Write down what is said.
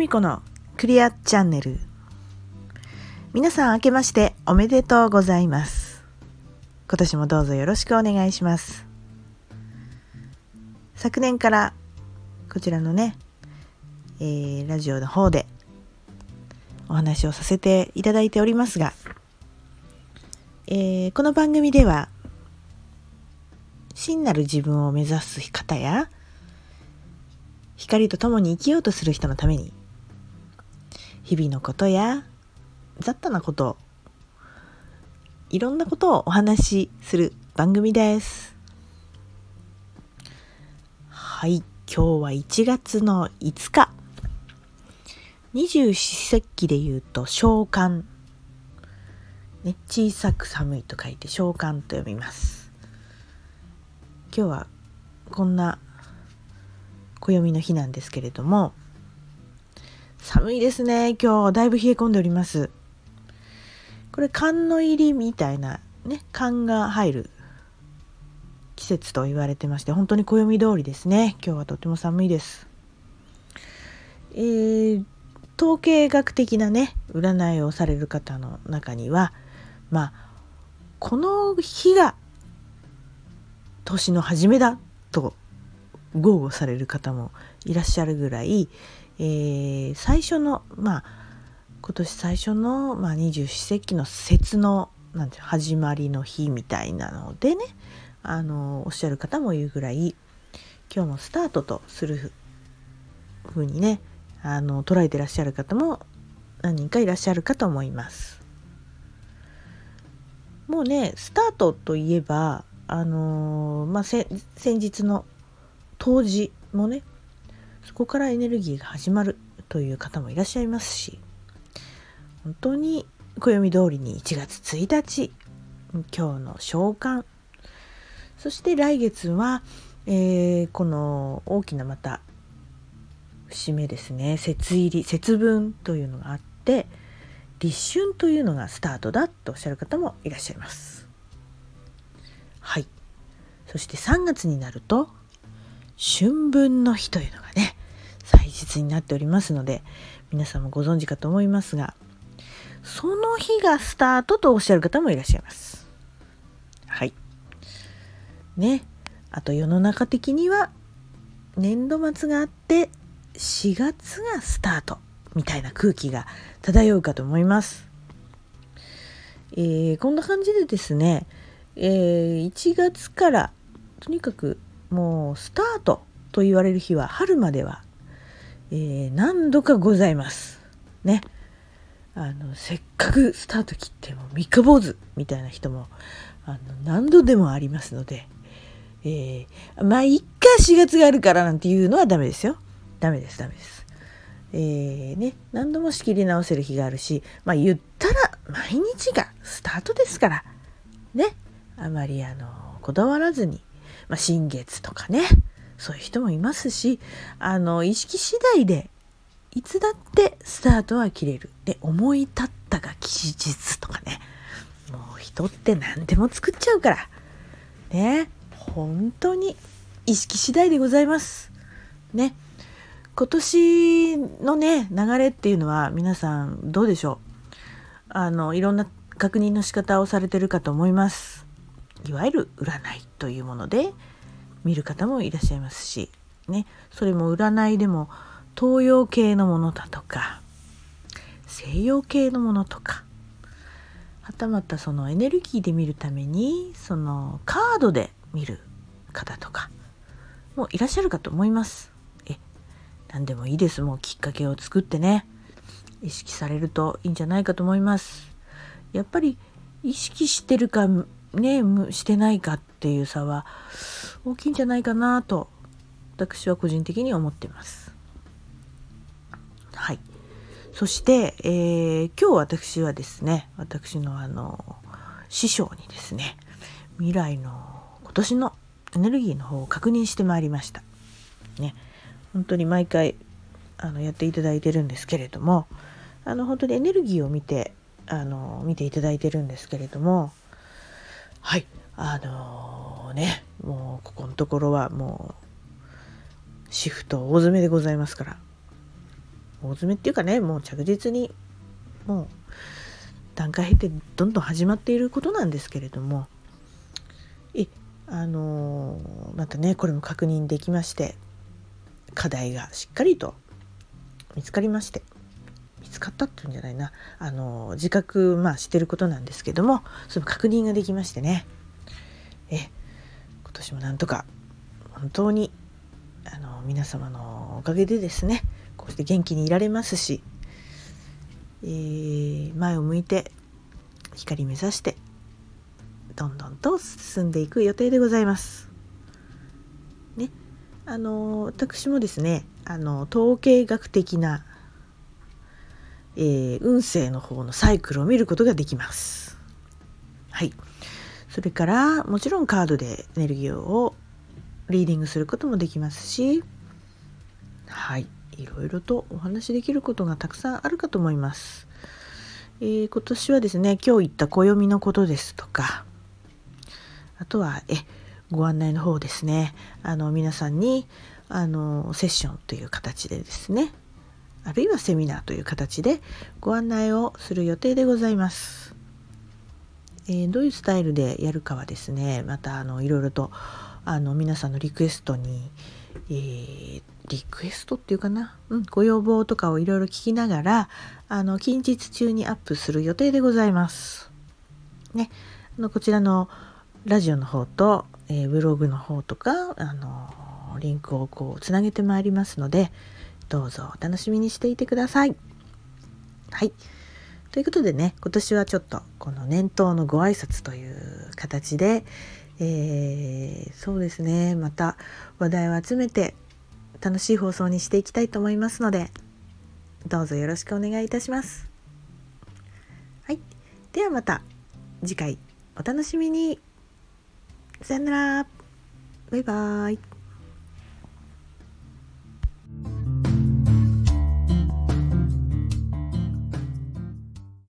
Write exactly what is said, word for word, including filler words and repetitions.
美子のクリアチャンネル。皆さん明けましておめでとうございます。今年もどうぞよろしくお願いします。昨年からこちらのね、えー、ラジオの方でお話をさせていただいておりますが、えー、この番組では真なる自分を目指す方や光と共に生きようとする人のために日々のことや雑多なこといろんなことをお話しする番組です。はい、今日はいちがつのいつか、二十四節気で言うと小寒、ね、小さく寒いと書いて小寒と読みます。今日はこんな暦の日なんですけれども、寒いですね。今日だいぶ冷え込んでおります。これ寒の入りみたいなね、寒が入る季節と言われてまして、本当に暦通りですね。今日はとても寒いです。えー、統計学的なね占いをされる方の中には、まあこの日が年の初めだと豪語される方もいらっしゃるぐらい、えー、最初のまあ今年最初の、まあ、二十四節気の節のなんて始まりの日みたいなのでね、あのおっしゃる方もいるぐらい、今日もスタートとするふうにねあの捉えてらっしゃる方も何人かいらっしゃるかと思います。もうねスタートといえばあのー、まあ先日の冬至もね、そこからエネルギーが始まるという方もいらっしゃいますし、本当に暦通りにいちがつついたち、今日の小寒、そして来月は、えー、この大きなまた節目ですね、節入り節分というのがあって、立春というのがスタートだとおっしゃる方もいらっしゃいます。はい。そしてさんがつになると春分の日というのがね祭日になっておりますので、皆さんもご存知かと思いますが、その日がスタートとおっしゃる方もいらっしゃいます。はいね。あと世の中的には年度末があってしがつがスタートみたいな空気が漂うかと思います。えー、こんな感じでですね、えー、いちがつからとにかくもうスタートと言われる日は春までは、えー、何度かございますね。あのせっかくスタート切っても三日坊主みたいな人もあの何度でもありますので、えー、まあいっかしがつがあるからなんていうのはダメですよ。ダメですダメです。えーね、何度も仕切り直せる日があるし、まあ言ったら毎日がスタートですからね、あまりあのこだわらずに、まあ、新月とかね、そういう人もいますし、あの意識次第でいつだってスタートは切れる。で、思い立ったが吉日とかね、もう人って何でも作っちゃうからね、本当に意識次第でございますね。今年のね流れっていうのは皆さんどうでしょう。あのいろんな確認の仕方をされてるかと思います。いわゆる占いというもので見る方もいらっしゃいますしね、それも占いでも東洋系のものだとか西洋系のものとか、はたまたそのエネルギーで見るためにそのカードで見る方とかもいらっしゃるかと思います。え何でもいいです。もうきっかけを作ってね意識されるといいんじゃないかと思います。やっぱり意識してるかねしてないかっていう差は大きいんじゃないかなと私は個人的に思っています。はい。そして、えー、今日私はですね、私のあの師匠にですね、未来の今年のエネルギーの方を確認してまいりました。ね、本当に毎回あのやっていただいてるんですけれども、あの本当にエネルギーを見てあの見ていただいてるんですけれども、はい、あのー、ね、もうここのところはもうシフト大詰めでございますから。 大詰めっていうかね、もう着実にもう段階経てどんどん始まっていることなんですけれども、えあのー、またねこれも確認できまして、課題がしっかりと見つかりまして、見つかったっていうんじゃないな、あのー、自覚まあしてることなんですけども、その確認ができましてね、え今年もなんとか本当にあの皆様のおかげでですね、こうして元気にいられますし、えー、前を向いて光目指してどんどんと進んでいく予定でございますね。あの私もですね、あの統計学的な、えー、運勢の方のサイクルを見ることができます。はい。それからもちろんカードでエネルギーをリーディングすることもできますし、はい、いろいろとお話しできることがたくさんあるかと思います。えー、今年はですね、今日言った暦のことですとか、あとはえご案内の方ですね、あの皆さんにあのセッションという形でですね、あるいはセミナーという形でご案内をする予定でございます。えー、どういうスタイルでやるかはですね、またあのいろいろとあの皆さんのリクエストに、えー、リクエストっていうかな、うん、ご要望とかをいろいろ聞きながら、あの近日中にアップする予定でございますね。あのこちらのラジオの方と、えー、ブログの方とかあのリンクをこうつなげてまいりますので、どうぞお楽しみにしていてください。はい、ということでね、今年はちょっとこの年頭のご挨拶という形で、えー、そうですね、また話題を集めて楽しい放送にしていきたいと思いますので、どうぞよろしくお願いいたします。はい、ではまた次回お楽しみに。さよなら、バイバイ。